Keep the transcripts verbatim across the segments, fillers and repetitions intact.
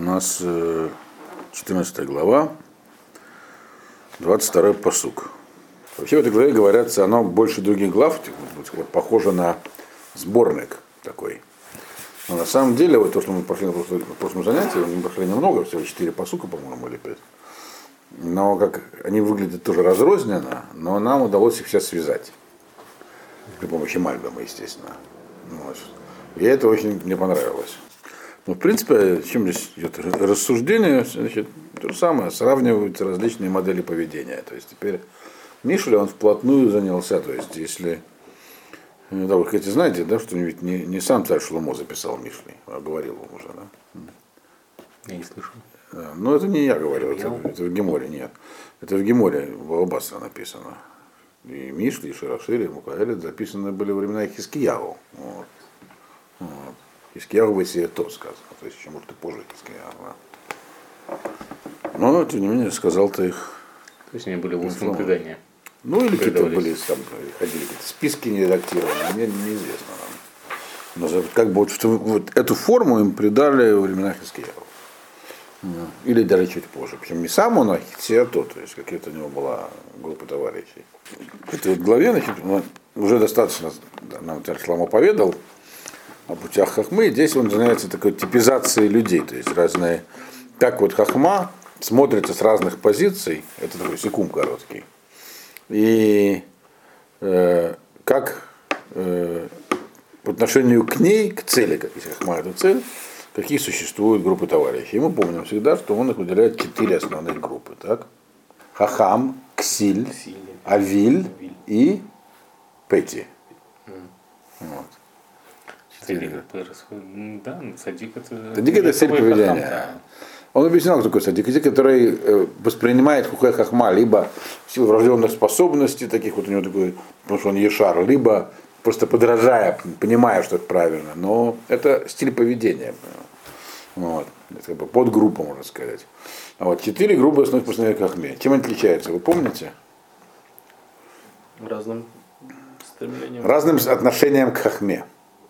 нас э, четырнадцатая глава, двадцать второй пасук. Вообще в этой главе говорится, оно больше других глав, вот, похоже на сборник такой. Но на самом деле, вот то, что мы прошли на прошлом, на прошлом занятии, мы прошли немного, всего четыре пасука, по-моему, или пять. Но как они выглядят тоже разрозненно, но нам удалось их все связать. При помощи Мальбима, естественно. Вот. И это очень мне понравилось. Ну, в принципе, чем здесь идет рассуждение, значит, то же самое, сравниваются различные модели поведения. То есть теперь Мишля, он вплотную занялся, то есть если, да, вы, кстати, знаете, да, что ведь не, не сам царь Шломо записал Мишли, а говорил он уже, да? Я не слышал. Да, но это не я говорю, это, это в Геморе, нет. Это в Геморе, в Албасре написано. И Мишли, и Ширашир, и Мукаэлит записаны были во времена Хискиягу. Вот. Вот. Хискиягу Васието сказано, то есть еще, может, и позже Хискиягу. Да. Но, тем не менее, сказал-то их. То есть они были в устном предании. Ну, или какие-то были, там, ходили какие-то списки не редактированные, мне неизвестно нам. Но как бы вот, что, вот эту форму им придали во времена Хискиягу. Или даже чуть позже. Причем не сам он, а Хискиягу, то есть какие-то у него была группа товарищей. В этой вот главе, значит, уже достаточно нам царь Шломо поведал о путях Хахмы. Здесь он занимается такой типизацией людей, то есть разные. Так вот Хахма смотрится с разных позиций, это такой секунд короткий. И э, как э, по отношению к ней, к цели, как если Хахма это цель, какие существуют группы товарищей. И мы помним всегда, что он их выделяет четыре основных группы. Так? Хахам, Ксиль, Авиль и Пети. Вот. Да, садик это... Садик это цель поведения. Да. Он объяснял, кто такой садик. Садик, который э, воспринимает хухэ хахма либо в силу врожденных способностей, таких вот у него такой, потому что он ешар, либо просто подражая, понимая, что это правильно. Но это стиль поведения. Вот. Это как бы подгруппа, можно сказать. А вот четыре группы основных постановок хахме. Чем они отличаются, вы помните? Разным стремлением. Разным отношением к хахме.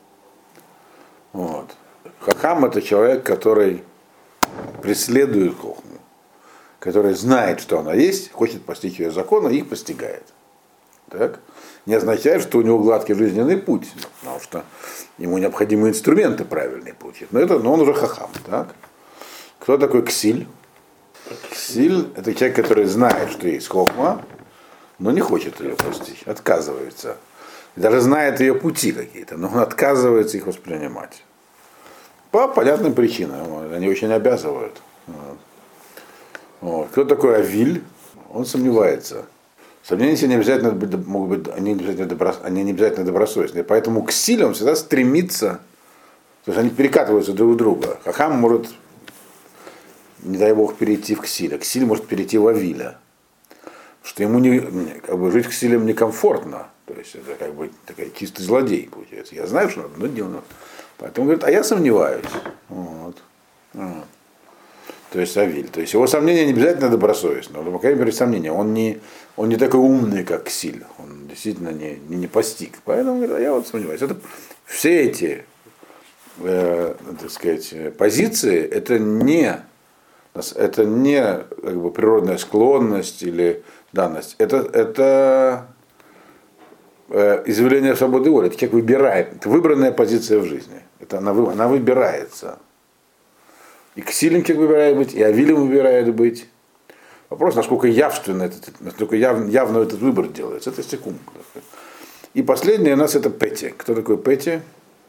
Вот. Хахам это человек, который преследует хохму, который знает, что она есть, хочет постичь ее законы и их постигает. Так? Не означает, что у него гладкий жизненный путь, потому что ему необходимы инструменты правильные получить. Но, это, но он уже хахам. Так? Кто такой ксиль? Ксиль это человек, который знает, что есть хохма, но не хочет ее постичь, отказывается. Даже знает ее пути какие-то, но он отказывается их воспринимать. По понятным причинам. Они очень обязывают. Вот. Вот. Кто такой Авиль? Он сомневается. Сомнения не обязательно могут быть, они не обязательно, добро, они не обязательно добросовестные. Поэтому к силе он всегда стремится. То есть они перекатываются друг в друга. Хахам может, не дай бог, перейти в Ксиля. Ксиль может перейти в Авиля. Что ему не, как бы, жить к силам некомфортно. То есть это как бы такой чистый злодей получается. Я знаю, что надо, но делаю. Поэтому он говорит, а я сомневаюсь. Вот. Вот. То есть Авиль. То есть его сомнения не обязательно добросовестны, но, по крайней мере, сомнения. Он не, он не такой умный, как Ксиль. Он действительно не, не, не постиг. Поэтому он говорит, а я вот сомневаюсь. Это, все эти э, так сказать, позиции, это не, это не как бы, природная склонность или данность. Это, это э, изъявление свободы воли. Это человек выбирает. Это выбранная позиция в жизни. Это она, она выбирается. И Ксилем человек выбирает быть, и Авилем выбирает быть. Вопрос, насколько явственно этот, насколько яв, явно этот выбор делается. Это секунд. И последнее у нас это Пети. Кто такой Пети?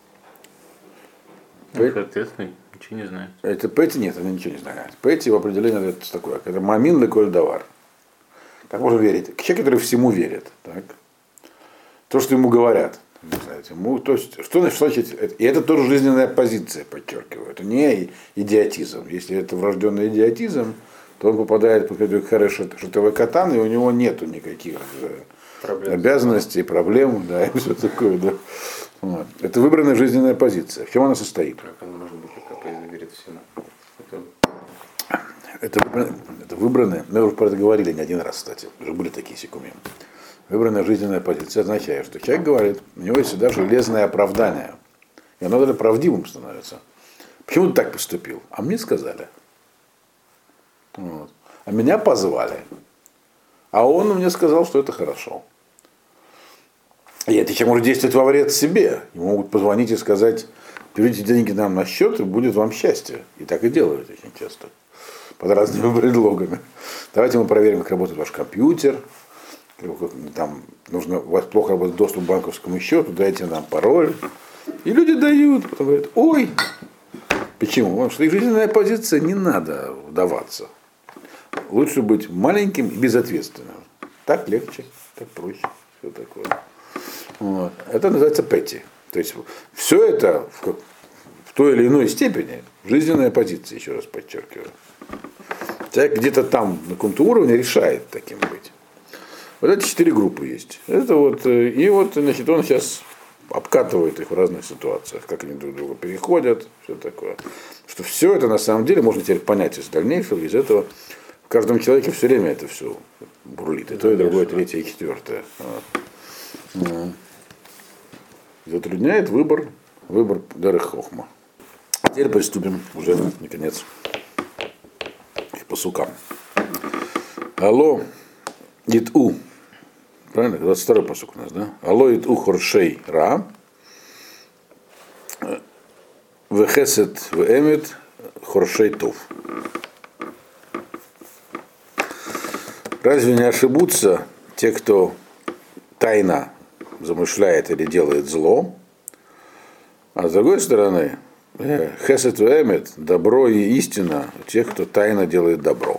Соответственно, ничего не знает. Это Пети? Нет, они ничего не знают. Пети в определении это такое. Это мамин леколь давар. Как можно верить? Человек, который всему верит. Так? То, что ему говорят. Знаете, ему, то есть, что значит, и это тоже жизненная позиция, подчеркиваю. Это не идиотизм. Если это врожденный идиотизм, то он попадает по шатовой катан, и у него нету никаких проблем. обязанностей, проблем, да, и все такое. Да. Вот. Это выбранная жизненная позиция. В чем она состоит? Как она может быть, как верит всему? Это, это выбранная, мы уже про это говорили не один раз, кстати, уже были такие секументы. Выбранная жизненная позиция означает, что человек говорит, у него есть всегда железное оправдание. И оно даже правдивым становится. Почему ты так поступил? А мне сказали. Вот. А меня позвали. А он мне сказал, что это хорошо. И это еще может действовать во вред себе. Ему могут позвонить и сказать, переведите деньги нам на счет, и будет вам счастье. И так и делают очень часто. Под разными предлогами. Давайте мы проверим, как работает ваш компьютер. Там нужно, у вас плохо работает доступ к банковскому счету, дайте нам пароль. И люди дают, потом говорят, ой, почему? Потому что их жизненная позиция, не надо вдаваться. Лучше быть маленьким и безответственным. Так легче, так проще, все такое. Вот. Это называется пэти. То есть все это в, в той или иной степени жизненная позиция, еще раз подчеркиваю. Человек где-то там на каком-то уровне решает таким быть. Вот эти четыре группы есть. Это вот, и вот, значит, он сейчас обкатывает их в разных ситуациях, как они друг к другу переходят, все такое. Что все это на самом деле можно теперь понять из дальнейшего, из этого. В каждом человеке все время это все бурлит. И то, и другое, и третье, и четвертое. Вот. Затрудняет выбор, выбор Дерех Хохма. Теперь приступим уже, наконец, к пасукам. Алло, иту. Правильно? двадцать второй пасук у нас, да? Алло, иту хоршей ра. Вехесет веэмет хоршей тов. Разве не ошибутся те, кто тайно замышляет или делает зло, а с другой стороны, хесед веэмет, добро и истина у тех, кто тайно делает добро.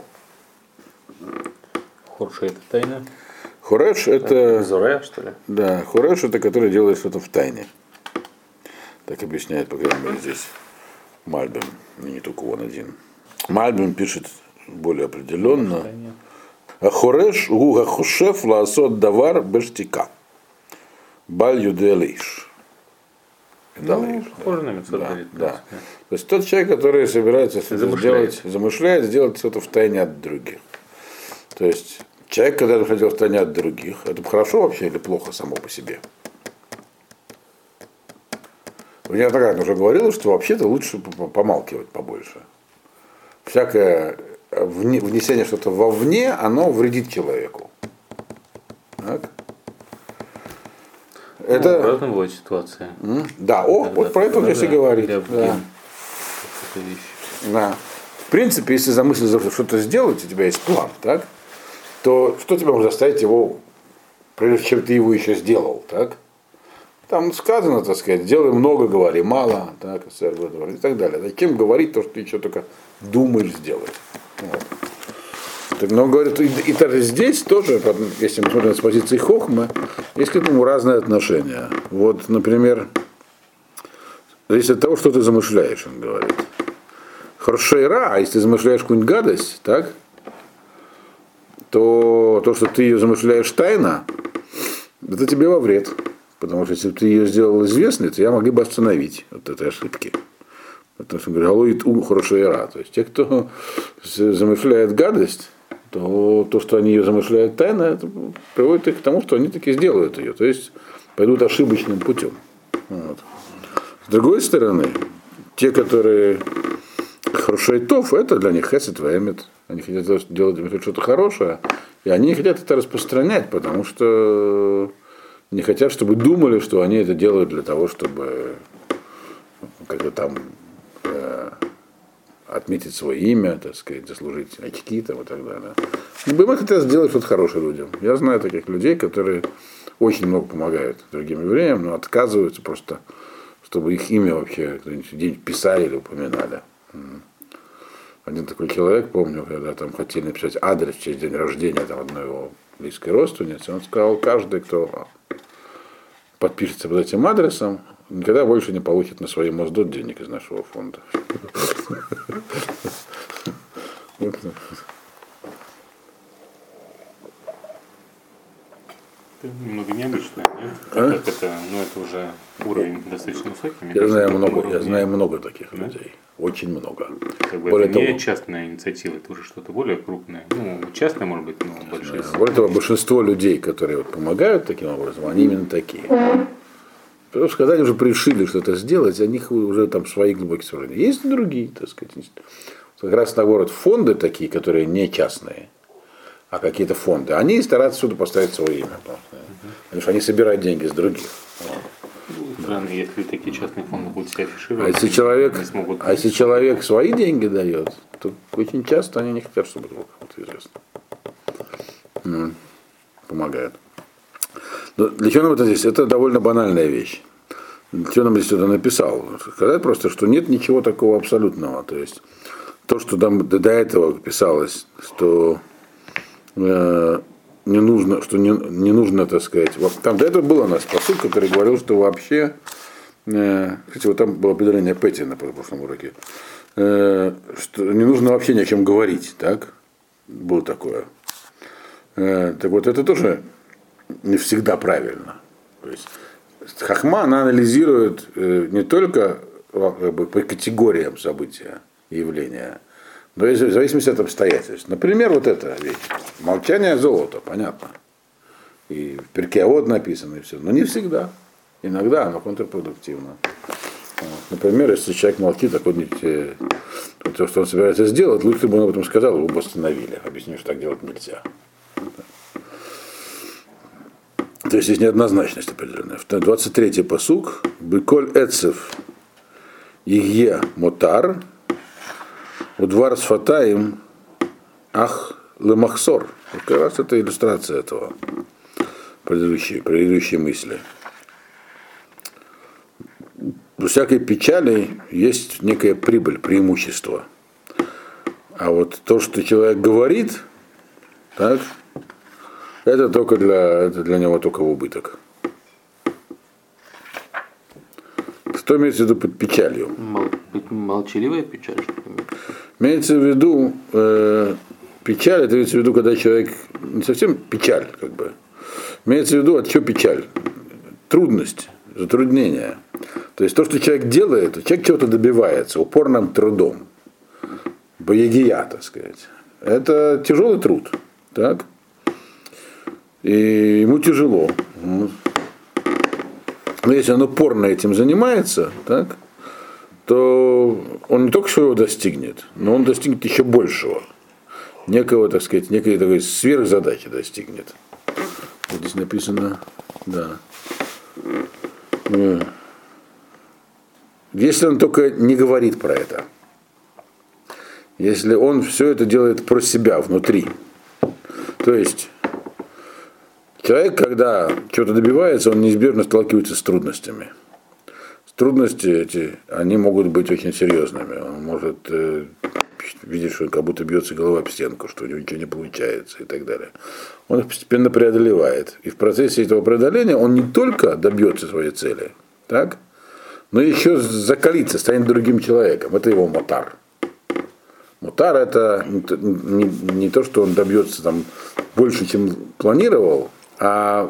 Хоршей это тайна? Хореш это... Зоря, что ли? Да, хореш это который делает что-то в тайне. Так объясняет, по крайней мере, здесь Мальбим, не только он один. Мальбим пишет более определенно. А хореш гуга хушев лаасот давар бештика. Баль юделиш. Ну, похоже на Мецод да, говорит. Да. То есть тот человек, который собирается что-то сделать, замышляет сделать что-то в тайне от других. То есть человек, который хотел в тайне от других, это хорошо вообще или плохо само по себе? Вы неоднократно уже говорил, что вообще-то лучше помалкивать побольше. Всякое внесение что-то вовне, оно вредит человеку. Так? Это... Ну, разная бывает ситуация. М? Да, о, да, вот да, про это он здесь и говорит. Да. Да. В принципе, если замыслить что-то сделать, у тебя есть план, так? То что тебя может заставить его, прежде чем ты его еще сделал, так? Там сказано, так сказать, делай много, говори мало, так, и так далее. Зачем говорить то, что ты еще только думаешь сделать? Вот. Так, но говорит, и, и даже здесь тоже, если мы смотрим с позиции Хохмы, есть к этому разные отношения. Вот, например, зависит от того, что ты замышляешь, он говорит. Хорошейра, а если ты замышляешь какую-нибудь гадость, так, то то, что ты ее замышляешь тайно, это тебе во вред. Потому что если бы ты ее сделал известной, то я могли бы остановить от этой ошибки. Потому что он говорит, алоид у хорошейра. То есть те, кто замышляет гадость, то то, что они ее замышляют тайно, это приводит их к тому, что они таки сделают ее. То есть пойдут ошибочным путем. Вот. С другой стороны, те, которые хорошейтов, это для них хесед ваэмет. Они хотят делать что-то хорошее, и они не хотят это распространять, потому что не хотят, чтобы думали, что они это делают для того, чтобы как-то там э, отметить свое имя, так сказать, заслужить очки там, и так далее. Мы хотят сделать что-то хорошее людям. Я знаю таких людей, которые очень много помогают другим евреям, но отказываются просто, чтобы их имя вообще где-нибудь писали или упоминали. Один такой человек, помню, когда там хотели написать адрес в честь день рождения там, одной его близкой родственницы, он сказал, каждый, кто подпишется под этим адресом, никогда больше не получит на свой Моздот денег из нашего фонда. Это немного необычно, нет? А? Как это, ну это уже уровень достаточно высокий. Я знаю много, уровне... я знаю много таких да? людей. Очень много. Как бы более это того, не частная инициатива, это уже что-то более крупное. Ну, частное, может быть, но большое. Более того, большинство людей, которые вот помогают таким образом, они именно такие. Потому что когда они уже решили что-то сделать, у них уже там свои глубокие соображения. Есть и другие, так сказать. Как раз наоборот, фонды такие, которые не частные, а какие-то фонды, они стараются сюда поставить свое имя. Потому что они собирают деньги с других. Странно, если такие частные фонды будут себя афишировать, а если человек, смогут... а если человек свои деньги дает, то очень часто они не хотят, чтобы это было известно. Ну, помогают. Но для чего нам это здесь? Это довольно банальная вещь. Для чего нам здесь это написал? Сказать просто, что нет ничего такого абсолютного. То есть то, что там до этого писалось, что э, не нужно, что не, не нужно, так сказать. Там до этого был у нас посыл, который говорил, что вообще, э, кстати, вот там было определение Пэти на прошлом уроке, э, что не нужно вообще ни о чем говорить, так? Было такое. Э, так вот, это тоже не всегда правильно. То есть хахма, она анализирует э, не только как бы, по категориям события и явления, но и в зависимости от обстоятельств. Например, вот эта вещь. Молчание золота, понятно. И в перке вот написано, и все. Но не всегда. Иногда оно контрпродуктивно. Вот. Например, если человек молчит, так вот, э, то, что он собирается сделать, лучше бы он об этом сказал, его бы остановили. Объяснили, что так делать нельзя. То есть здесь неоднозначность определенная. двадцать третий пасук. Беколь эцев игье мотар. Удвар сфатаим ах лемахсор. Вот как раз это иллюстрация этого предыдущей, предыдущей мысли. У всякой печали есть некая прибыль, преимущество. А вот то, что человек говорит, так, это только для, это для него только в убыток. Что имеется в виду под печалью? Мол, молчаливая печаль, что ли? Имеется в виду э, печаль, это имеется в виду, когда человек не совсем печаль, как бы. Имеется в виду, от чего печаль? Трудность, затруднение. То есть то, что человек делает, человек чего-то добивается упорным трудом. Боягия, так сказать. Это тяжелый труд. Так? И ему тяжело. Но если он упорно этим занимается, так, то он не только что его достигнет, но он достигнет еще большего. Некого, так сказать, некой такой сверхзадачи достигнет. Вот здесь написано, да. Если он только не говорит про это, если он все это делает про себя внутри, то есть человек, когда чего-то добивается, он неизбежно сталкивается с трудностями. Трудности эти, они могут быть очень серьезными. Он может э, видеть, что он как будто бьется головой об стенку, что у него ничего не получается и так далее. Он их постепенно преодолевает. И в процессе этого преодоления он не только добьется своей цели, так, но еще закалится, станет другим человеком. Это его мотар. Мотар это не, не, не то, что он добьется там больше, чем планировал, а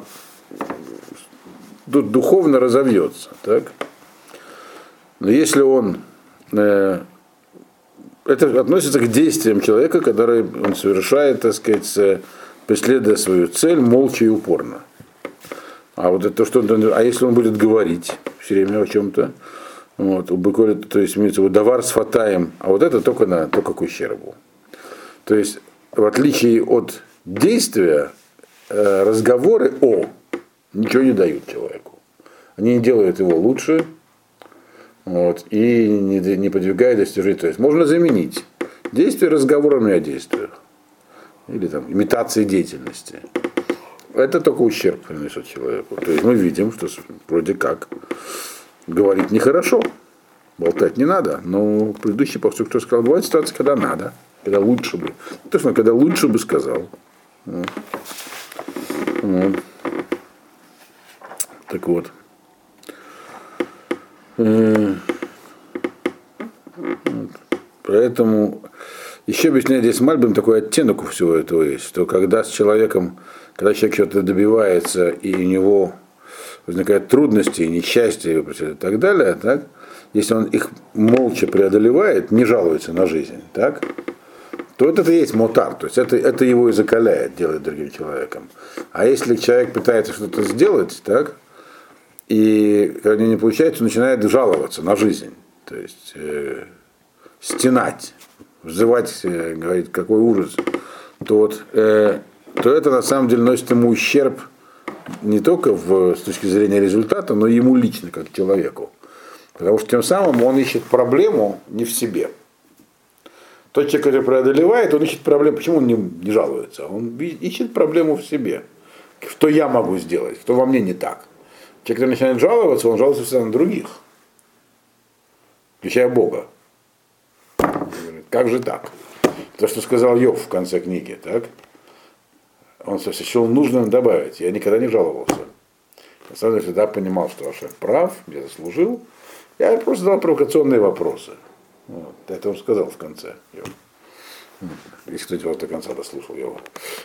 духовно разовьется. Так? Но если он, э, это относится к действиям человека, который он совершает, так сказать, преследуя свою цель, молча и упорно. А вот это что, а если он будет говорить все время о чем-то, вот, у быколи, то есть имеется в виду давар с фатаем, а вот это только, на, только к ущербу. То есть, в отличие от действия, э, разговоры о ничего не дают человеку. Они не делают его лучше, вот, и не, не подвигают достижения. То есть можно заменить действия разговорами о действиях. Или там имитацией деятельности. Это только ущерб принесет человеку. То есть мы видим, что вроде как говорить нехорошо, болтать не надо, но предыдущий пастух кто сказал, бывает ситуация, когда надо, когда лучше бы. Точно, когда лучше бы сказал. Вот. Вот. Так вот. Вот. Поэтому еще объясняет здесь Мальбим, такой оттенок у всего этого есть, что когда с человеком, когда человек что-то добивается и у него возникают трудности, несчастья и так далее, так, если он их молча преодолевает, не жалуется на жизнь, так, то вот это и есть мотар, то есть это, это его и закаляет, делает другим человеком. А если человек пытается что-то сделать, так, И когда у него не получается, он начинает жаловаться на жизнь. То есть э, стенать, взывать, э, говорить, какой ужас. То, вот, э, то это на самом деле носит ему ущерб не только в, с точки зрения результата, но и ему лично, как человеку. Потому что тем самым он ищет проблему не в себе. Тот человек, который преодолевает, он ищет проблему. Почему он не, не жалуется? Он ищет проблему в себе. Что я могу сделать, что во мне не так. Человек, который начинает жаловаться, он жалуется всегда на других. Включая Бога. Как же так? То, что сказал Йов в конце книги, так? Он сочел нужным добавить. Я никогда не жаловался. На самом деле, всегда понимал, что Ашем прав, я заслужил. Я просто задал провокационные вопросы. Вот. Это он сказал в конце. Йов. Если кто-то вас до конца дослушал Йова.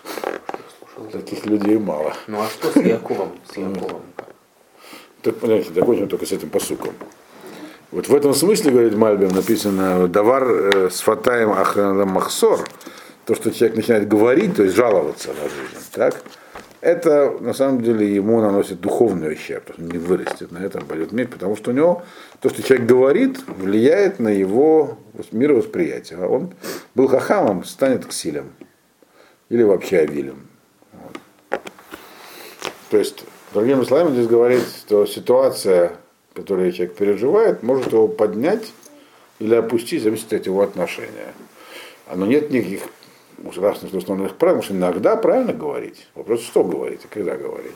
Таких людей мало. Ну а что с Яковом? С Яковом? Так, понимаете, закончим только с этим посуком. Вот в этом смысле, говорит Мальбим, написано «Давар э, с фатаем ахранадам махсор», то, что человек начинает говорить, то есть жаловаться на жизнь, так, это на самом деле ему наносит духовный ущерб, то есть он не вырастет, на этом пойдет мир, потому что у него то, что человек говорит, влияет на его мировосприятие. А он был хахамом, станет ксилем или вообще авилем. Вот. То есть, другими словами, здесь говорит, что ситуация, которую человек переживает, может его поднять или опустить, зависит от его отношения. Но нет никаких ужасных установленных правил, потому что иногда правильно говорить. Вопрос, что говорить и когда говорить.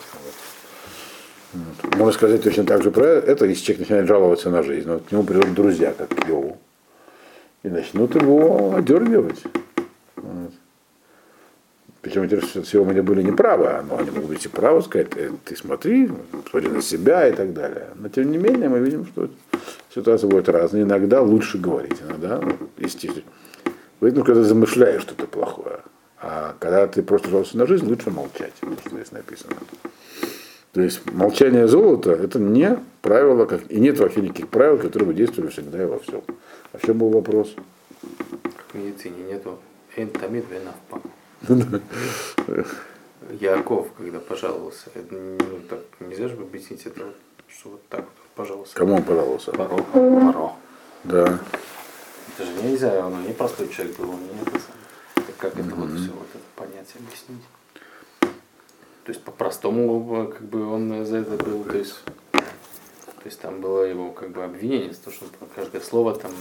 Вот. Можно сказать точно так же про это, если человек начинает жаловаться на жизнь. Вот к нему придут друзья, как к Йову, и начнут его одергивать. Вот. Причем интересно, что они были неправы, но они могут быть и правы, сказать, ты смотри, смотри на себя и так далее. Но тем не менее мы видим, что ситуация будет разная. Иногда лучше говорить, иногда, ну, естественно. Поэтому, когда замышляешь что-то плохое, а когда ты просто жалуешься на жизнь, лучше молчать, что здесь написано. То есть молчание золота – это не правило, как, и нет вообще никаких правил, которые бы действовали всегда и во всем. А в чем был вопрос? В медицине нету энтамид венавпа. Яков, когда пожаловался, это, ну, так нельзя же объяснить это, что вот так вот пожаловался. Кому он пожаловался? Паро. Паро. Да. Это же нельзя, он не простой человек был, не это самое. Как это mm-hmm. вот все вот это понятие объяснить? То есть по-простому, как бы он за это был, то есть, то есть там было его как бы обвинение, то, что каждое слово там.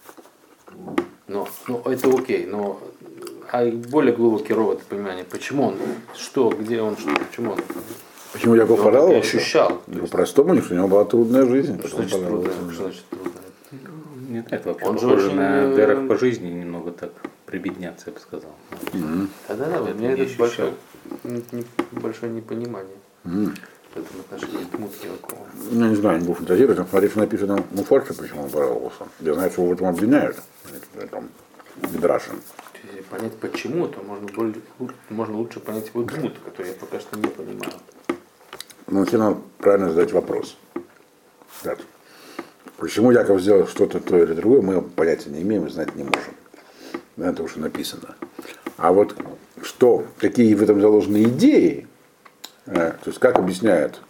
Но, ну это окей, но а более глубокий ровод понимание, почему он, что, где он, что, почему он. Почему Яков пожаловался? Ощущал. По-простому, потому что у него была трудная жизнь. Что значит трудная? Что значит трудная? Нет, это вообще он похоже же очень... на дырах по жизни, немного так прибедняться, я бы сказал. Mm-hmm. Да, да, у меня это большое, не, большое непонимание mm-hmm. в этом отношении к Мут Якова. Я не знаю, не буду фантазировать, но смотри, что написано в Муфорше, почему он пожаловался. Я знаю, что его в этом обвиняют, в этом Мидраше. Если понять почему, то можно, более, можно лучше понять его Дмут, который я пока что не понимаю. Ну, все надо правильно задать вопрос. Так. Почему Яков сделал что-то то или другое, мы понятия не имеем и знать не можем. Это уже написано. А вот что, какие в этом заложены идеи, то есть как объясняют,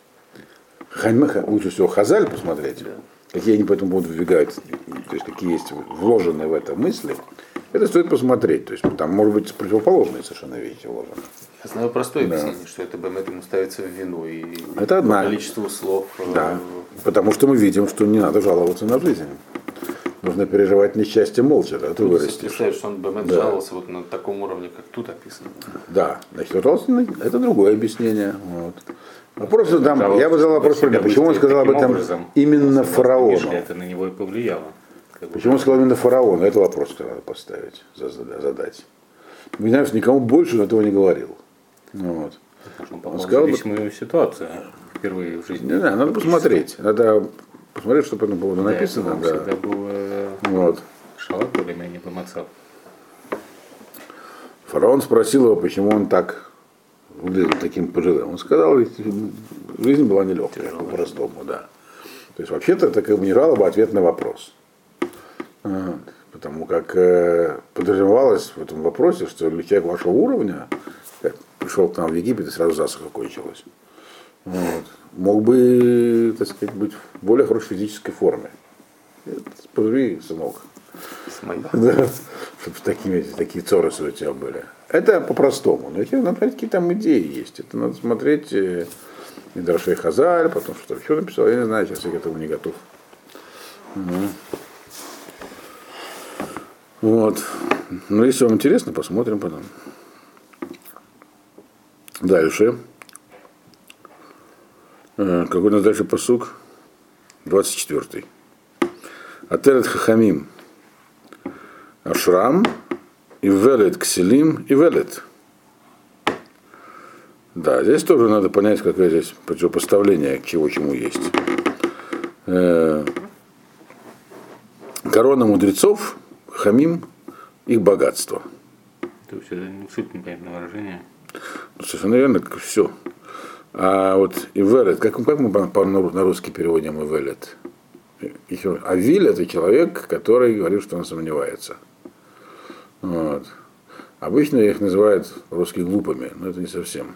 лучше всего Хазаль посмотреть, да. Какие они по этому поводу выдвигают, то есть какие есть вложенные в это мысли, это стоит посмотреть. То есть там может быть противоположные совершенно вещи вложены. Я знаю простое да. объяснение, что это Бэмет ему ставится в вину и это одна. Количество слов. Да. Потому что мы видим, что не надо жаловаться на жизнь. Нужно переживать несчастье молча, да, ты вырастешь. Представляешь, что он Бэмет да. жаловался вот на таком уровне, как тут описано. Да, значит, это другое объяснение. Вот. Вопрос задам, я бы задал вопрос, почему он сказал об этом образом, именно фараону. Это на него и повлияло. Почему он сказал именно фараону? Это вопрос, который надо поставить, задать. Мы знаем, что никому больше он этого не говорил. Вот. Он попал в зависимую ситуацию впервые в жизни. Не знаю, надо посмотреть. Надо посмотреть, что по этому поводу да, написано. Он да. всегда был вот. шалак более-менее помацав. Фараон спросил его, почему он так выглядел таким пожилым. Он сказал, жизнь была нелегкая, по-простому, да. То есть вообще-то это как бы не жалоба, а ответ на вопрос. Вот. Потому как э, подразумевалось в этом вопросе, что человек вашего уровня пришел к нам в Египет и сразу засуха кончилась. Вот. мог бы, так сказать, быть в более хорошей физической форме. Позови, сынок. Да, чтобы такими, такие цоросы у тебя были. Это по-простому. Но надо смотреть, какие там идеи есть. Это надо смотреть Мидрашей Хазаль, потом что еще написал. Я не знаю, сейчас я к этому не готов. Угу. Вот. Ну, если вам интересно, посмотрим потом. Дальше. Какой у нас дальше пасук? двадцать четвёртый. Атерет Хахамим. Ашрам. И велет Кселим. И велет. Да, здесь тоже надо понять, какое здесь противопоставление к чего чему есть. Корона мудрецов, Хамим, их богатство. Это вообще не суть непонятное выражение. Совершенно верно, как все. А вот Ивелет, как, как мы по, на русский переводим Ивелет? Авиль это человек, который говорит, что он сомневается. Вот. Обычно их называют русские глупыми, но это не совсем.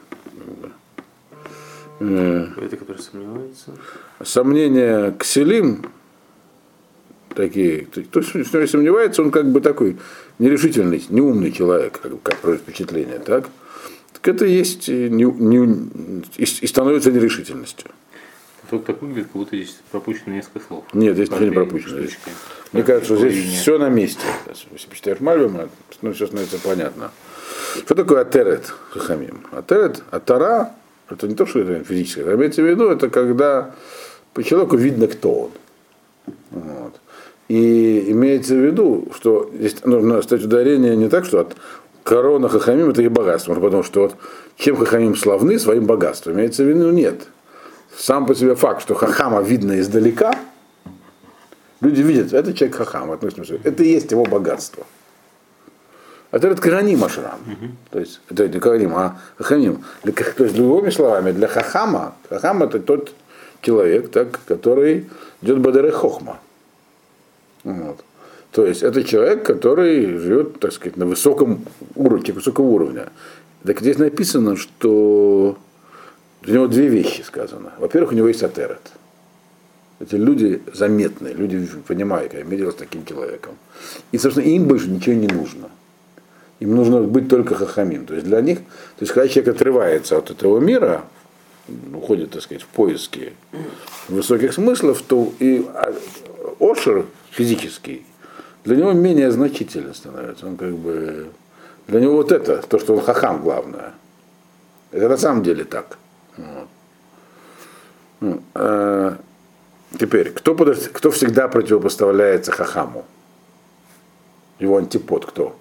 Это, который сомневается. Сомнения Кселим такие, кто в нем сомневается, он как бы такой нерешительный, неумный человек, как, как производит впечатление, так? Так это есть не, не, и, и становится нерешительностью. Только так выглядит, как будто здесь пропущено несколько слов. Нет, здесь ничего не пропущено. Здесь, мне кажется, что здесь все на месте. Если почитаешь Мальбима, ну, все становится понятно. Что такое атерет хахамим? Атерет, атара, это не то, что это физическое, это имеется в виду, это когда по человеку видно, кто он. Вот. И имеется в виду, что здесь нужно ставить ударение не так, что от корона хахамим это и богатство, потому что вот чем хахамим славны, своим богатством. Имеется в виду, нет. Сам по себе факт, что хахама видно издалека, люди видят, это человек хахам, относимся, это и есть его богатство. А это караним ашрам. Uh-huh. То есть, это не караним, а хахамим. То есть, другими словами, для хахама, хахам это тот человек, так, который идет бадере хохма. Вот. То есть, это человек, который живет, так сказать, на высоком уровне, высокого уровня. Так здесь написано, что у него две вещи сказано. Во-первых, у него есть атерет. Эти люди заметные, люди понимают, я видел с таким человеком. И, собственно, им больше ничего не нужно. Им нужно быть только хахамим. То есть для них, то есть когда человек отрывается от этого мира, уходит, так сказать, в поиски высоких смыслов, то и ошер физический для него менее значительно становится. Он как бы для него вот это, то, что он хахам, главное. Это на самом деле так. Вот. Ну, а теперь, кто, подож... кто всегда противопоставляется хахаму? Его антипод кто?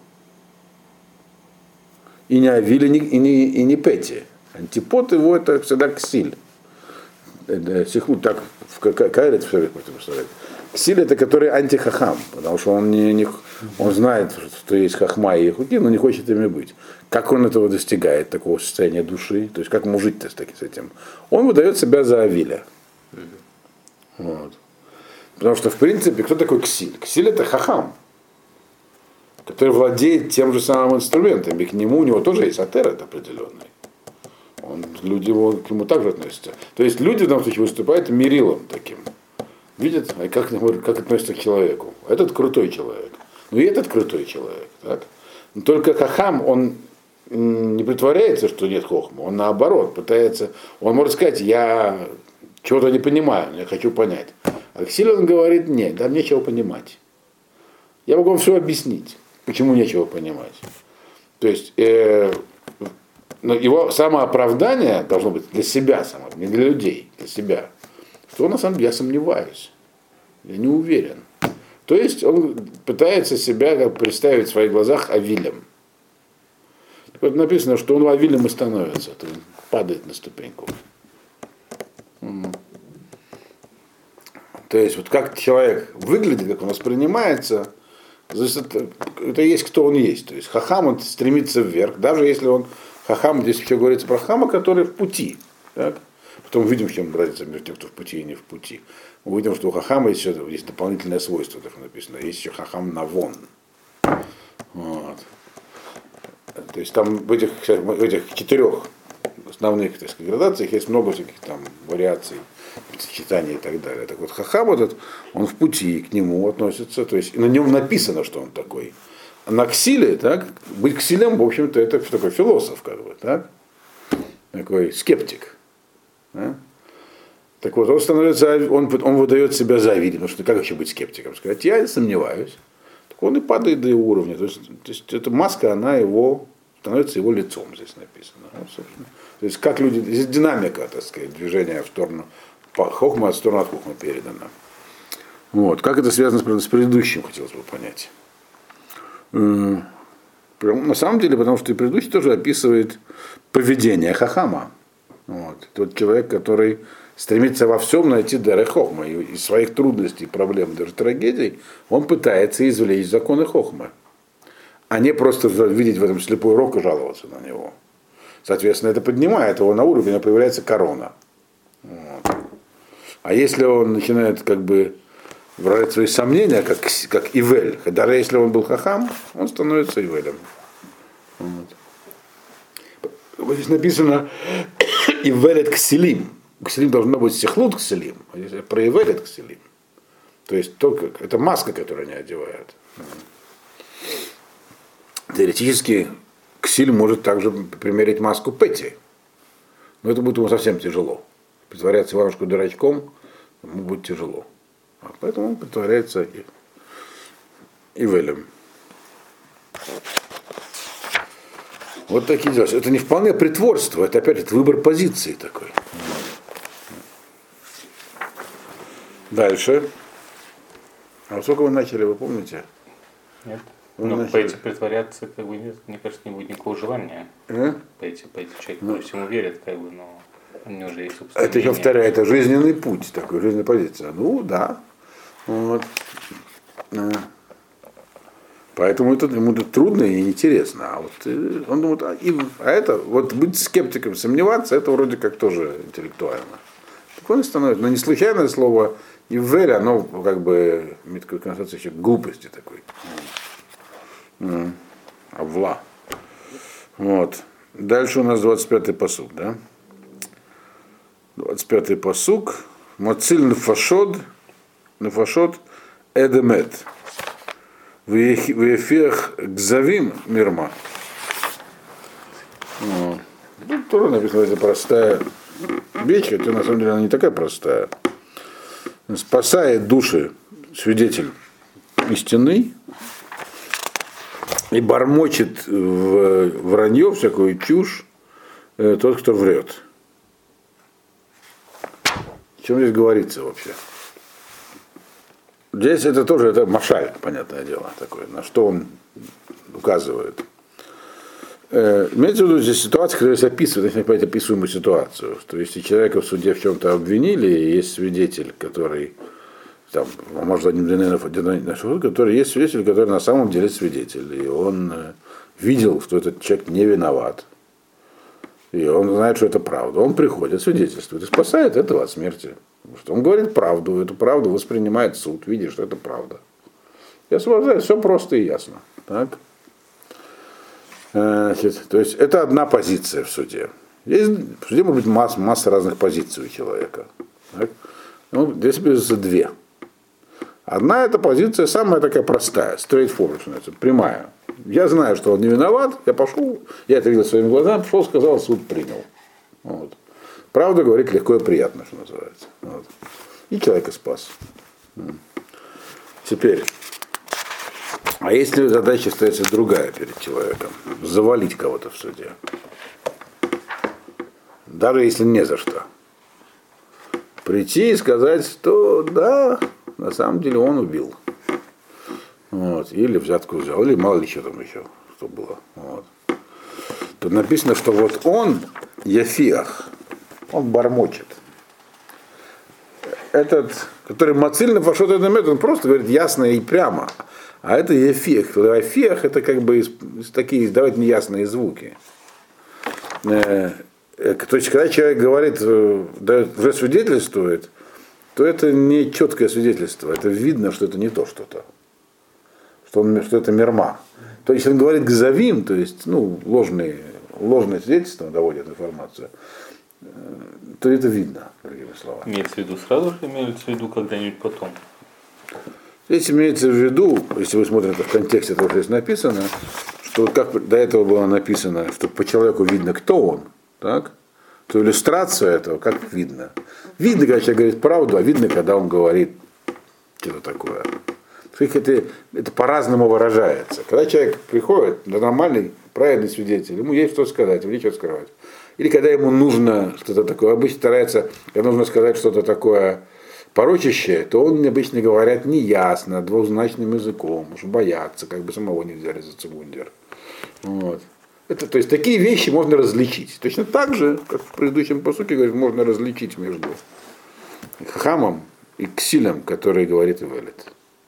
И не Авиль, и не, и не, и не Пети. Антипод его это всегда Ксиль. Сиху так в Кайрет все время противопоставляет. Ксиль это который антихахам, потому что он, не, не, он знает, что есть хахма и ехуки, но не хочет ими быть. Как он этого достигает, такого состояния души, то есть как ему жить-то с, с этим? Он выдает себя за Авиля. Вот. Потому что, в принципе, кто такой Ксиль? Ксиль это хахам, который владеет тем же самым инструментом, и к нему у него тоже есть атерет определенный. Он, люди его, к нему также относятся. То есть люди в данном случае выступают мерилом таким. Видят, а как, как относятся к человеку. Этот крутой человек. Ну и этот крутой человек. Так? Но только хахам, он не притворяется, что нет хохма. Он наоборот пытается, он может сказать, я чего-то не понимаю, я хочу понять. А Ксиль он говорит, нет, там нечего понимать. Я могу вам все объяснить, почему нечего понимать. То есть э, его самооправдание должно быть для себя само, не для людей, для себя. Что на самом деле я сомневаюсь, я не уверен. То есть он пытается себя как представить в своих глазах Авилем. Вот написано, что он Авилем и становится, то он падает на ступеньку. То есть вот как человек выглядит, как он воспринимается, это, это есть кто он есть. То есть хахам он стремится вверх, даже если он хахам, здесь еще говорится про хахама, который в пути. Так? Потом увидим, в чем разница между тем, кто в пути и не в пути. Мы увидим, что у хахама есть, еще, есть дополнительное свойство, так написано. Есть еще хахам навон. Вот. То есть там в этих, в этих четырех основных, так сказать, градациях есть много всяких там вариаций, сочетаний и так далее. Так вот, хахам этот, он в пути, к нему относится, то есть на нем написано, что он такой. А на ксиле, так, быть ксилем, в общем-то, это такой философ, как бы, так, такой скептик. Да? Так вот, он становится, он, он выдает себя за видим, потому что как еще быть скептиком? Сказать, я сомневаюсь. Так он и падает до его уровня. То есть, то есть эта маска, она его, становится его лицом, здесь написано. Да, собственно. То есть как люди, здесь динамика, так сказать, движения в сторону хохма, от стороны от хохма передана. Вот. Как это связано с предыдущим, хотелось бы понять. На самом деле, потому что и предыдущий тоже описывает поведение хахама. Вот. Тот человек, который стремится во всем найти дары хохма. И из своих трудностей, проблем, даже трагедий, он пытается извлечь законы хохмы, а не просто видеть в этом слепой рок и жаловаться на него. Соответственно, это поднимает его на уровень, появляется корона. Вот. А если он начинает как бы выражать свои сомнения, как, как Ивель, даже если он был хахам, он становится Ивелем. Вот. Вот здесь написано Ивелет кселим. Кселим должно быть сихлут кселим, а если про Ивелет кселим. То есть только, это маска, которую они одевают. Теоретически ксиль может также примерить маску Петти. Но это будет ему совсем тяжело. Притворяться Иванушку дурачком ему будет тяжело. А поэтому он притворяется и Ивелем. Вот такие дела. Это не вполне притворство, это опять это выбор позиции такой. Дальше. А вот сколько вы начали, вы помните? Нет. Вы Но начали... пойти притворяться, как бы, нет, мне кажется, не будет никакого желания. А? Пойти, пойти человек ну, всему верит, как бы, но у него же есть собственное Это, я повторяю, это жизненный путь, такой, жизненная позиция. Ну, да. Вот. Поэтому это ему это трудно и интересно. А вот он думает, а, и, а это, вот быть скептиком, сомневаться, это вроде как тоже интеллектуально. Так он и становится. Но не случайное слово Ивель, оно как бы имеет такую коннотацию еще глупости такой. Авла. Вот. Дальше у нас двадцать пятый пасук, да? двадцать пятый пасук. Мациль нефашод, нефашод эдемет. В эфех гзавим мирма. Тут тоже написано, это простая вещь, хотя на самом деле она не такая простая. Спасает души свидетель истинный и бормочет в вранье, всякую чушь, тот, кто врет. О чем здесь говорится вообще? Здесь это тоже это машаль, понятное дело, такое, на что он указывает. Э, имеется в виду здесь ситуация, когда здесь описывает, если опять описываемую ситуацию, что если человека в суде в чем-то обвинили, и есть свидетель, который, там, может, один который есть свидетель, который на самом деле свидетель, и он э, видел, что этот человек не виноват, и он знает, что это правда, он приходит, свидетельствует и спасает этого от смерти. Потому что он говорит правду, эту правду воспринимает суд, видит, что это правда. И освобождает, все просто и ясно. Так? Значит, то есть это одна позиция в суде. Есть, в суде может быть масса, масса разных позиций у человека. Так? Ну, здесь есть две. Одна эта позиция самая такая простая, straightforward, прямая. Я знаю, что он не виноват, я пошел, я это видел своими глазами, пошел, сказал, суд принял. Вот. Правда говорит легко и приятно, что называется. Вот. И человека спас. Теперь, а если задача остается другая перед человеком, завалить кого-то в суде, даже если не за что, прийти и сказать, что да, на самом деле он убил. Вот. Или взятку взял, или мало ли что там еще, что было. Вот. Тут написано, что вот он, Яфиах, он бормочет. Этот, который мациль нефашот эдемет, он просто говорит ясно и прямо. А это Яфиах. Яфиах это как бы такие издавать неясные звуки. То есть, когда человек говорит, уже свидетельствует, то это не четкое свидетельство. Это видно, что это не то что-то. Что, он, что это мирма. То есть, он говорит гзавим, то есть ну, ложные ложное свидетельство доводит информацию, то это видно, другими словами. Имеется в виду сразу же, имеется в виду когда-нибудь потом? Здесь имеется в виду, если вы смотрите в контексте того, что здесь написано, что как до этого было написано, что по человеку видно, кто он, так, то иллюстрацию этого как видно. Видно, когда человек говорит правду, а видно, когда он говорит что-то такое. Это, это по-разному выражается. Когда человек приходит, нормальный, правильный свидетель, ему есть что сказать, ему нечего скрывать. Или когда ему нужно что-то такое, обычно старается, когда нужно сказать что-то такое порочащее, то он обычно говорят неясно, двузначным языком, уж боятся, как бы самого не взяли за цигундер. Вот. Это, то есть такие вещи можно различить. Точно так же, как в предыдущем посуке говорит, можно различить между хахамом и ксилем, который говорит Ивелет.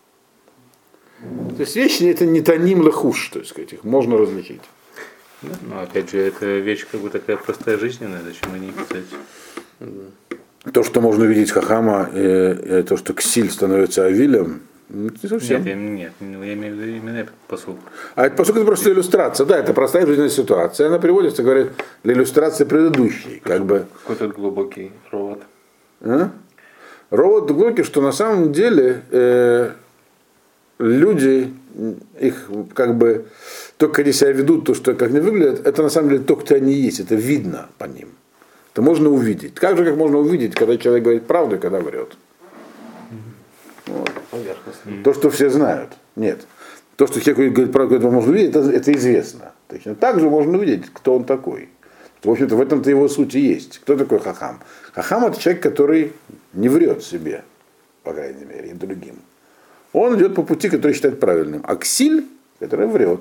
То есть вещи это не таним лахуш, то есть сказать, их можно различить. Да, но опять же, это вещь как бы такая простая жизненная, зачем о ней писать? То, что можно увидеть хахама, и, и то, что ксиль становится авилем, не совсем. Нет, я, нет, я имею в виду именно этот посуд. А этот посуд это просто иллюстрация, да, это простая жизненная ситуация. Она приводится, говорит, для иллюстрации предыдущей. Как бы. Какой-то глубокий ровод. А? Ровод глубокий, что на самом деле э, люди, их как бы, только они себя ведут, то, что как они выглядят, это на самом деле то, кто они есть, это видно по ним. Это можно увидеть. Так же, как можно увидеть, когда человек говорит правду и когда врет. Вот. То, что все знают. Нет. То, что человек говорит правду, это можно увидеть, это, это известно. Точно так же можно увидеть, кто он такой. В общем-то, в этом-то его суть и есть. Кто такой хахам? Хахам это человек, который не врет себе, по крайней мере, и другим. Он идет по пути, который считает правильным. А ксиль, который врет.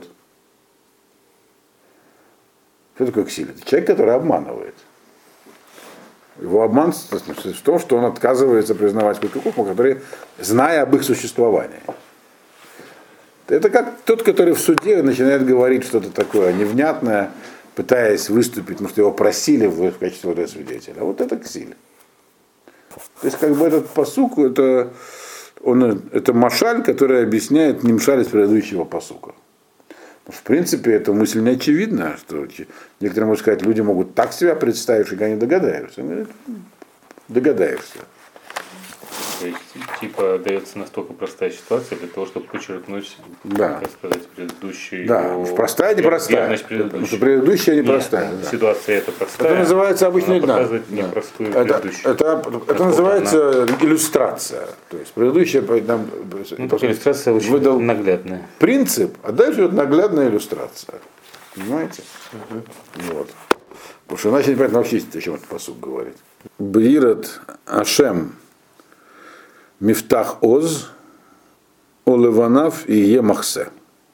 Что такое ксиль? Это человек, который обманывает. Его обман в том, что он отказывается признавать кукуху, которые, зная об их существовании. Это как тот, который в суде начинает говорить что-то такое невнятное, пытаясь выступить, потому что его просили в качестве вот этого свидетеля. А вот это ксиль. То есть как бы этот пасук, это, он, это машаль, который объясняет нимшаль из предыдущего пасука. В принципе, эта мысль не очевидна, что некоторые могут сказать, люди могут так себя представить, что они догадаются. Он говорит, догадаешься. То есть, типа, дается настолько простая ситуация для того, чтобы подчеркнуть, да. как сказать, предыдущую. Да, уж простая, не простая. Потому что предыдущая непростая. Нет, да. Ситуация это простая. Это называется обычно она показывает да. непростую это, предыдущую. это, это, это называется она... иллюстрация. То есть предыдущая нам ну, так, иллюстрация очень выдал наглядная. Принцип, а дальше идет наглядная иллюстрация. Понимаете? Угу. Вот. Потому что иначе непонятно вообще, о чем этот посуд говорит. Бират Ашем Мифтах Оз, Оливанав и Емахсе.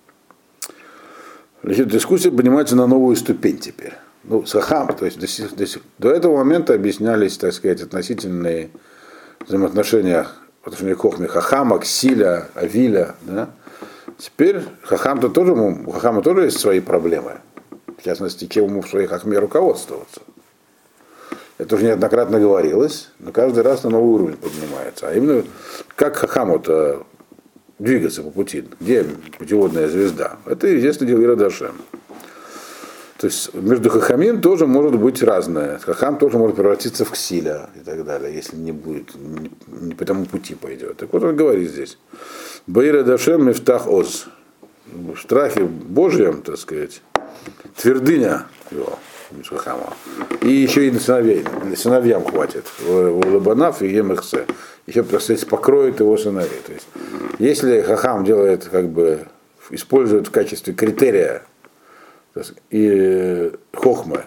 Значит, дискуссия поднимается на новую ступень теперь. Ну, с хахам, то есть до, до, до этого момента объяснялись, так сказать, относительные взаимоотношения в отношении хохми хахама, ксиля, авиля. Да? Теперь хахам-то тоже, у хахама тоже есть свои проблемы. В частности, чем ему в своей хахме руководствоваться. Это уже неоднократно говорилось, но каждый раз на новый уровень поднимается. А именно, как хахаму-то двигаться по пути, где путеводная звезда? Это известное дело Ирадашем. То есть между хахамим тоже может быть разное. Хахам тоже может превратиться в ксиля и так далее, если не будет, не, не по тому пути пойдет. Так вот он говорит здесь. Баирадашем мифтах оз. В страхе Божьем, так сказать, твердыня его. Хахама. И еще и сыновей, сыновьям хватит. Лабанав и Емехсе. Еще, так сказать, покроет его сыновей. То есть, если хахам делает, как бы, использует в качестве критерия сказать, и хохмы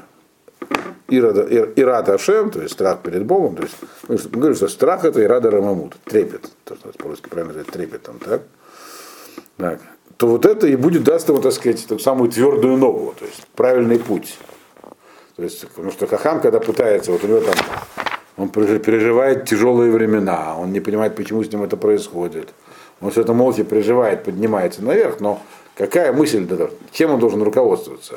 Ирад Ашем, то есть страх перед Богом, то есть, мы говорим, что страх это Ирада Рамамут, трепет, то, что по-русски правильно сказать, трепетом, так? Так. То вот это и будет даст ему, так сказать, ту самую твердую ногу, то есть правильный путь. То есть, потому что хахам, когда пытается, вот у него там, он переживает тяжелые времена, он не понимает, почему с ним это происходит. Он все это молча переживает, поднимается наверх, но какая мысль, чем он должен руководствоваться?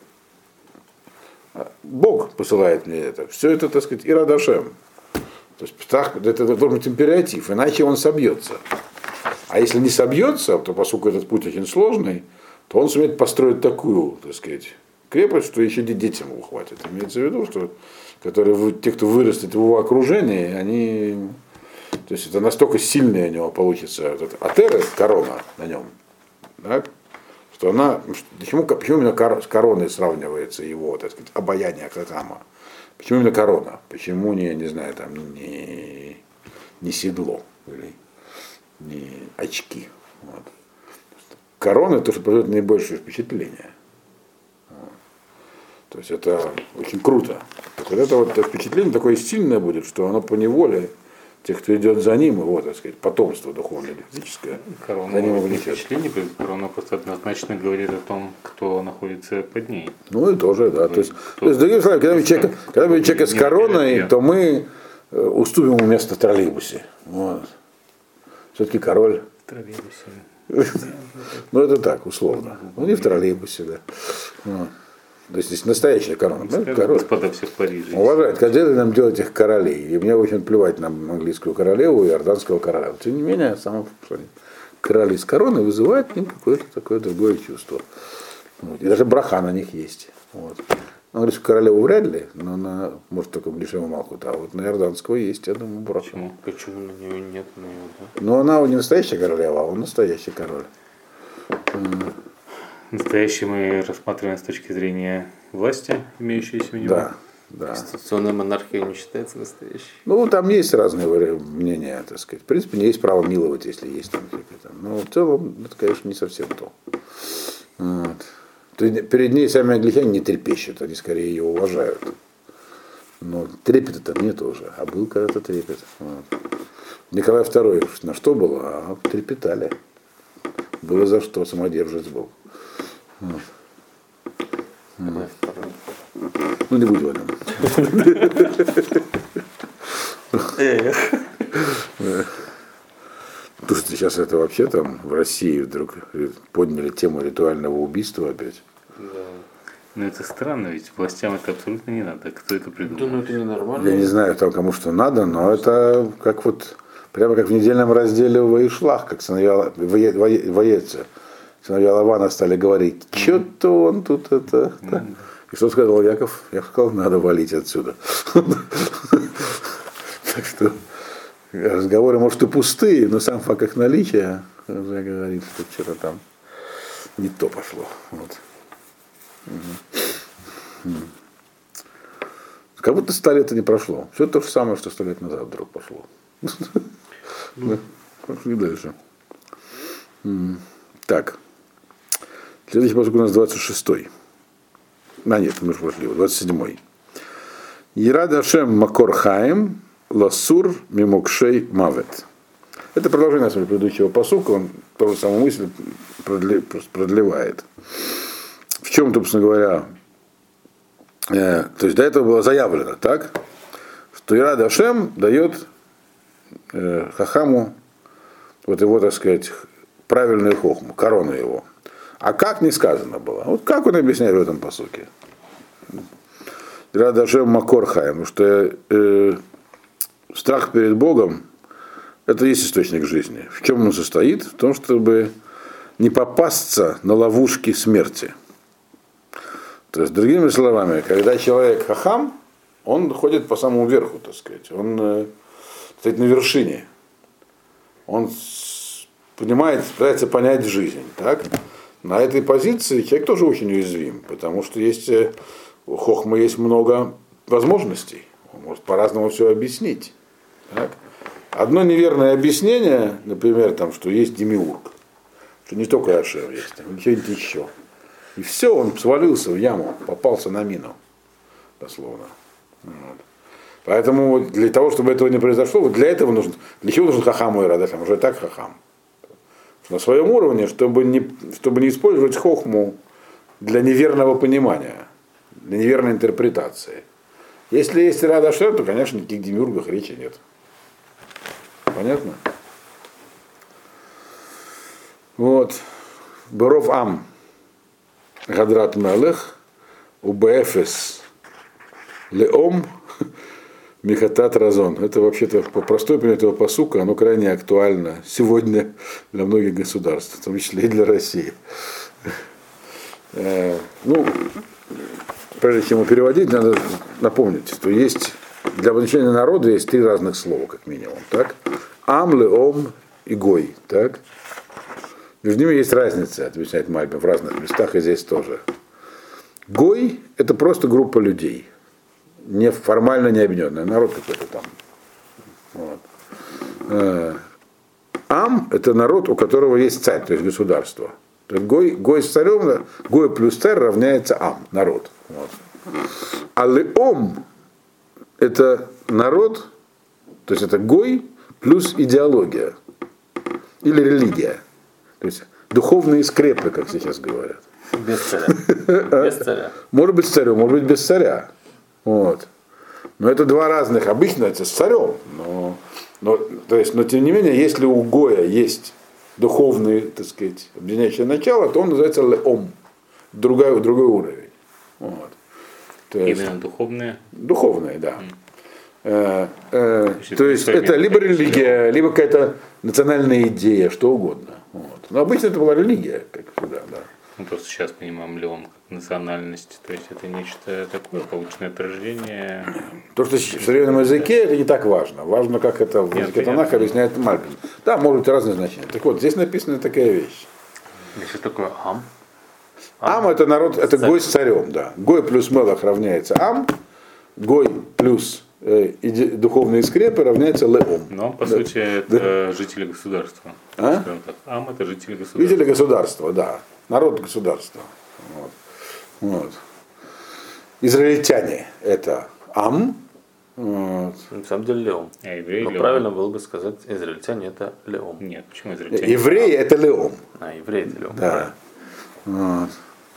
Бог посылает мне это. Все это, так сказать, Ирадашем. То есть это должен быть императив, иначе он собьется. А если не собьется, то поскольку этот путь очень сложный, то он сумеет построить такую, так сказать, крепость, что еще детям его хватит. Имеется в виду, что которые, те, кто вырастет в его окружении, они, то есть это настолько сильная у него получится вот эта атера, корона на нем, да, что она, почему, почему именно с короной сравнивается его, так сказать, обаяние Хахама? Почему именно корона? Почему не, не знаю, там, не, не седло или не очки? Вот. Корона то, что производит наибольшее впечатление. Вот. То есть это очень круто. Так вот это вот это впечатление такое сильное будет, что оно поневоле тех, кто идет за ним, его, так сказать, потомство духовное или физическое, корона за ним не увлечет. впечатление, корона просто однозначно говорит о том, кто находится под ней. Ну и тоже, да. Ну, То есть, то, то есть другими словами, когда мы человека, когда мы человека с короной, нет. то мы э, уступим ему место в троллейбусе. Вот. Все-таки король. В троллейбусе. Ну это так, условно. Ну не в троллейбусе, да. Вот. То есть здесь настоящая корона. Ну, король. Господа все в Париже. Уважают, когда нам делать их королей. И мне очень плевать на английскую королеву и иорданского короля. Тем не менее, само короли с короной вызывают к ним какое-то такое другое чувство. Вот. И даже браха на них есть. Вот. На английскую королеву вряд ли, но на, может, только ближе Малхут. А вот на иорданского есть, я думаю, браха. Почему? Почему на нее нет? На нее, да? Но она не настоящая королева, а он настоящий король. Настоящий мы рассматриваем с точки зрения власти, имеющейся у него. Да, да. Конституционная монархия не считается настоящей. Ну, там есть разные мнения, так сказать. В принципе, не есть право миловать, если есть там какие-то. Но в целом, это, конечно, не совсем то. Вот. То есть перед ней сами англичане не трепещут, они скорее ее уважают. Но трепета там нет уже, а был когда-то трепет. Вот. Николай второй на что было? А трепетали. Было за что, самодержец был. Вот. Ну не будем о нем. То, что сейчас это вообще там в России вдруг подняли тему ритуального убийства опять. Да. Но это странно, ведь властям это абсолютно не надо. Кто это придумал? Да, ну это ненормально. Я не знаю, там кому что надо, но это как вот прямо как в недельном разделе Ваишлах, как сыновья Воеца. Сыновья Лавана стали говорить, что-то он тут это. Mm-hmm. И что сказал Яков? Я сказал, надо валить отсюда. Так что разговоры, может, и пустые, но сам факт их наличия уже говорит, что что-то там не то пошло. Вот. Как будто сто лет не прошло. Все то же самое, что сто лет назад вдруг пошло. Пошли дальше. Так. Следующий посук у нас двадцать шестой. А нет, мы же пошли, двадцать седьмой. Ерад Ашем Макор Хаим Ласур Мимокшей Мавет. Это продолжение нашего предыдущего посука, он ту же самую мысль продлевает. В чем, собственно говоря, э, то есть до этого было заявлено, так, что Ерад Ашем дает э, Хахаму вот его, так сказать, правильную хохму, корону его. А как не сказано было? Вот как он объясняет в этом посуке? Ерад Ашем Макор Хаим, потому что э, страх перед Богом это и есть источник жизни. В чем он состоит? В том, чтобы не попасться на ловушки смерти. То есть, другими словами, когда человек хахам, он ходит по самому верху, так сказать. Он э, стоит на вершине. Он понимает, пытается понять жизнь. Так? На этой позиции человек тоже очень уязвим, потому что есть, у хохма есть много возможностей. Он может по-разному все объяснить. Так? Одно неверное объяснение, например, там, что есть демиург, что не только Ашем есть, там, что-нибудь еще. И все, он свалился в яму, попался на мину, дословно. Вот. Поэтому для того, чтобы этого не произошло, вот для этого нужен, для чего нужен хахам и радахам, уже и так хахам. На своем уровне, чтобы не, чтобы не использовать хохму для неверного понимания, для неверной интерпретации. Если есть радашер, то, конечно, никаких демиургах речи нет. Понятно? Вот. Боров Ам. Гадрат Мелех. Убефес. Леом. Михатат Разон. Это вообще-то по простой пример этого пасука, оно крайне актуально сегодня для многих государств, в том числе и для России. Э, ну, прежде чем его переводить, надо напомнить, что есть для обозначения народа есть три разных слова, как минимум. Так? Ам, леом и гой. Так? Между ними есть разница, объясняет Мальбим, в разных местах и здесь тоже. Гой – это просто группа людей, не формально не объединенная, народ какой-то там. Вот. Ам – это народ, у которого есть царь, то есть государство. То есть гой, гой с царем, гой плюс царь равняется ам, народ. Вот. А леом – это народ, то есть это гой плюс идеология или религия. То есть духовные скрепы, как сейчас говорят. Без царя. Без царя. Может быть с царем, может быть без царя. Вот. Но это два разных. Обычно это с царем. Но, но, то есть, но тем не менее, если у Гоя есть духовное, так сказать, объединяющее начало, то он называется леом. Другой, другой уровень. Вот. То есть, именно духовные? Духовные, да. Mm. Э, э, Значит, то есть это либо религия, либо какая-то национальная идея, что угодно. Вот. Но обычно это была религия, как всегда, да. Мы просто сейчас понимаем леом как национальность, то есть это нечто такое, полученное от рождения. То, что в современном языке, это не так важно. Важно, как это в языке Танаха объясняет Мальбим. Да, может быть разные значения. Так вот, здесь написана такая вещь. Что такое ам? Ам, ам это народ, это гой с царем, да. Гой плюс мелах равняется ам, гой плюс э, иде, духовные скрепы равняется леом. Но, по да. сути, это да. Жители государства. А? Так. Ам это жители государства. Жители государства, да. Народ государства. Вот. Вот. Израильтяне это ам. Вот. На самом деле леом. А евреи Но леом. правильно было бы сказать, израильтяне это леом. Нет, почему израильтяне? Евреи это леом. А, евреи это леом. Да. Вот.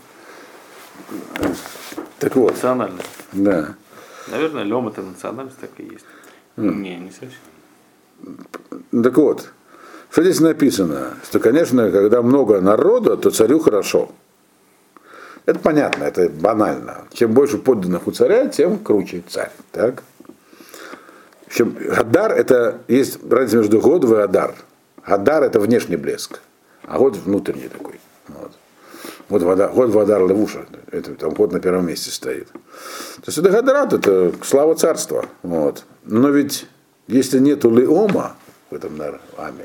Так вот. Национальность. Да. Наверное, леом это национальность, так и есть. Не, не совсем. Так вот. Что здесь написано? Что, конечно, когда много народа, то царю хорошо. Это понятно, это банально. Чем больше подданных у царя, тем круче царь. Так? В общем, Гадар, это есть разница между год и Адар. Гадар это внешний блеск, а год внутренний такой. Вот. Вот вода, год Адар Левуша, это там год на первом месте стоит. То есть это Гадарат, это слава царства. Вот. Но ведь если нету Леома в этом аме,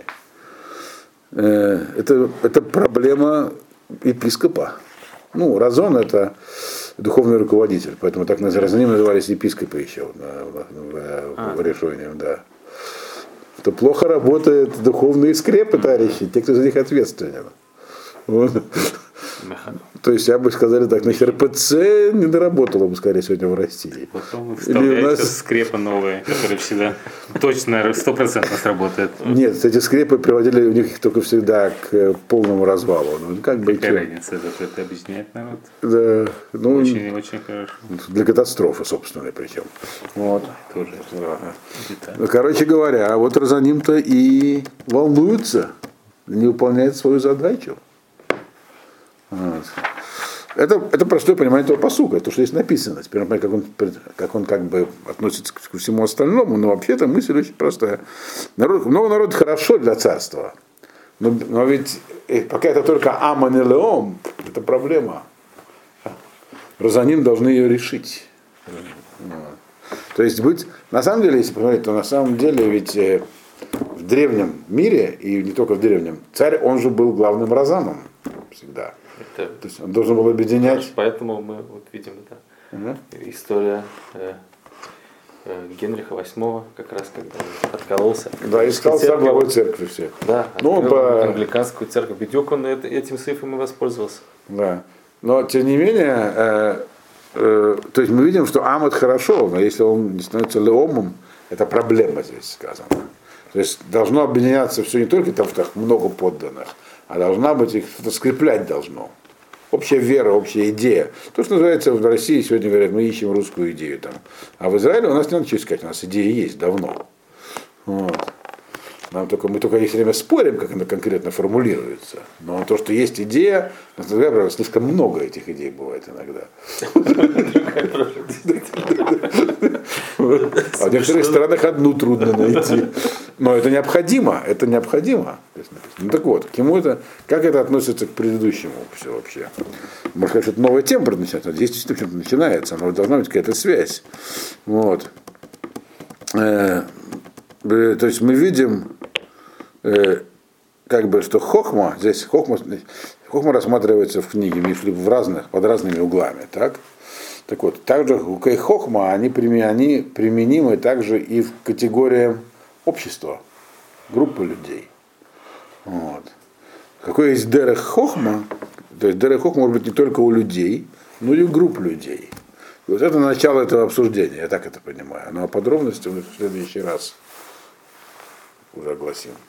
Это, это проблема епископа. Ну, Разон это духовный руководитель, поэтому так за ним назывались епископы еще в, в, а. в решении, да. Что плохо работают духовные скрепы, товарищи, те, кто за них ответственен. Вот. То есть, я бы сказали так, значит, эр пэ цэ не доработала бы, скорее, сегодня в России. Потом вы вставляете нас... скрепы новые, которые всегда точно, сто процентов сработают. Нет, эти скрепы приводили у них только всегда к полному развалу. Ну, как бы какая разница, это, это объясняет народ? Да, ну, очень, очень хорошо. Для катастрофы, собственно, причем. Вот. Тоже. Да. Ну, короче говоря, вот Разаним-то и волнуется, не выполняет свою задачу. Вот. Это, это простое понимание этого пасука, то, что здесь написано. Теперь понять, как он, как он как бы относится к всему остальному, но вообще-то мысль очень простая. Народ, много народу хорошо для царства, но, но ведь пока это только Аман и Леом, это проблема. Разаним должны ее решить. Вот. То есть быть, на самом деле, если посмотреть, то на самом деле ведь в древнем мире, и не только в древнем, царь, он же был главным разаном всегда. Это... То есть он должен был объединять. Поэтому мы вот видим это. Угу. История э, э, Генриха восьмого, как раз когда он откололся. Да, и стал сам главой церкви все. Да, ну, по... англиканскую церковь. Бедюк он этим сейфом и воспользовался. Да. Но тем не менее, э, э, то есть мы видим, что Ам это хорошо, но если он не становится леомом, это проблема здесь сказано. То есть должно объединяться все не только там много подданных, а должна быть, их что-то скреплять должно. Общая вера, общая идея. То, что называется в России сегодня говорят, мы ищем русскую идею там. А в Израиле у нас не надо ничего искать, у нас идея есть давно. Вот. Нам только, мы только все время спорим, как она конкретно формулируется. Но то, что есть идея, иногда слишком много этих идей бывает иногда. А в некоторых странах одну трудно найти. Но это необходимо, это необходимо. Ну так вот, к чему это, как это относится к предыдущему все вообще? Можно сказать, что это новая тема начинается. Здесь действительно что-то начинается, но должна быть какая-то связь. Вот. То есть мы видим, как бы, что хохма, здесь хохма, хохма рассматривается в книге Мишли в разных, под разными углами, так? Так вот, также хохма, они, они применимы также и в категориям общества, группы людей. Вот. Какой есть дерех хохма, то есть дерех хохма может быть не только у людей, но и у групп людей. И вот это начало этого обсуждения, я так это понимаю. Ну а подробности мы в следующий раз уже огласим.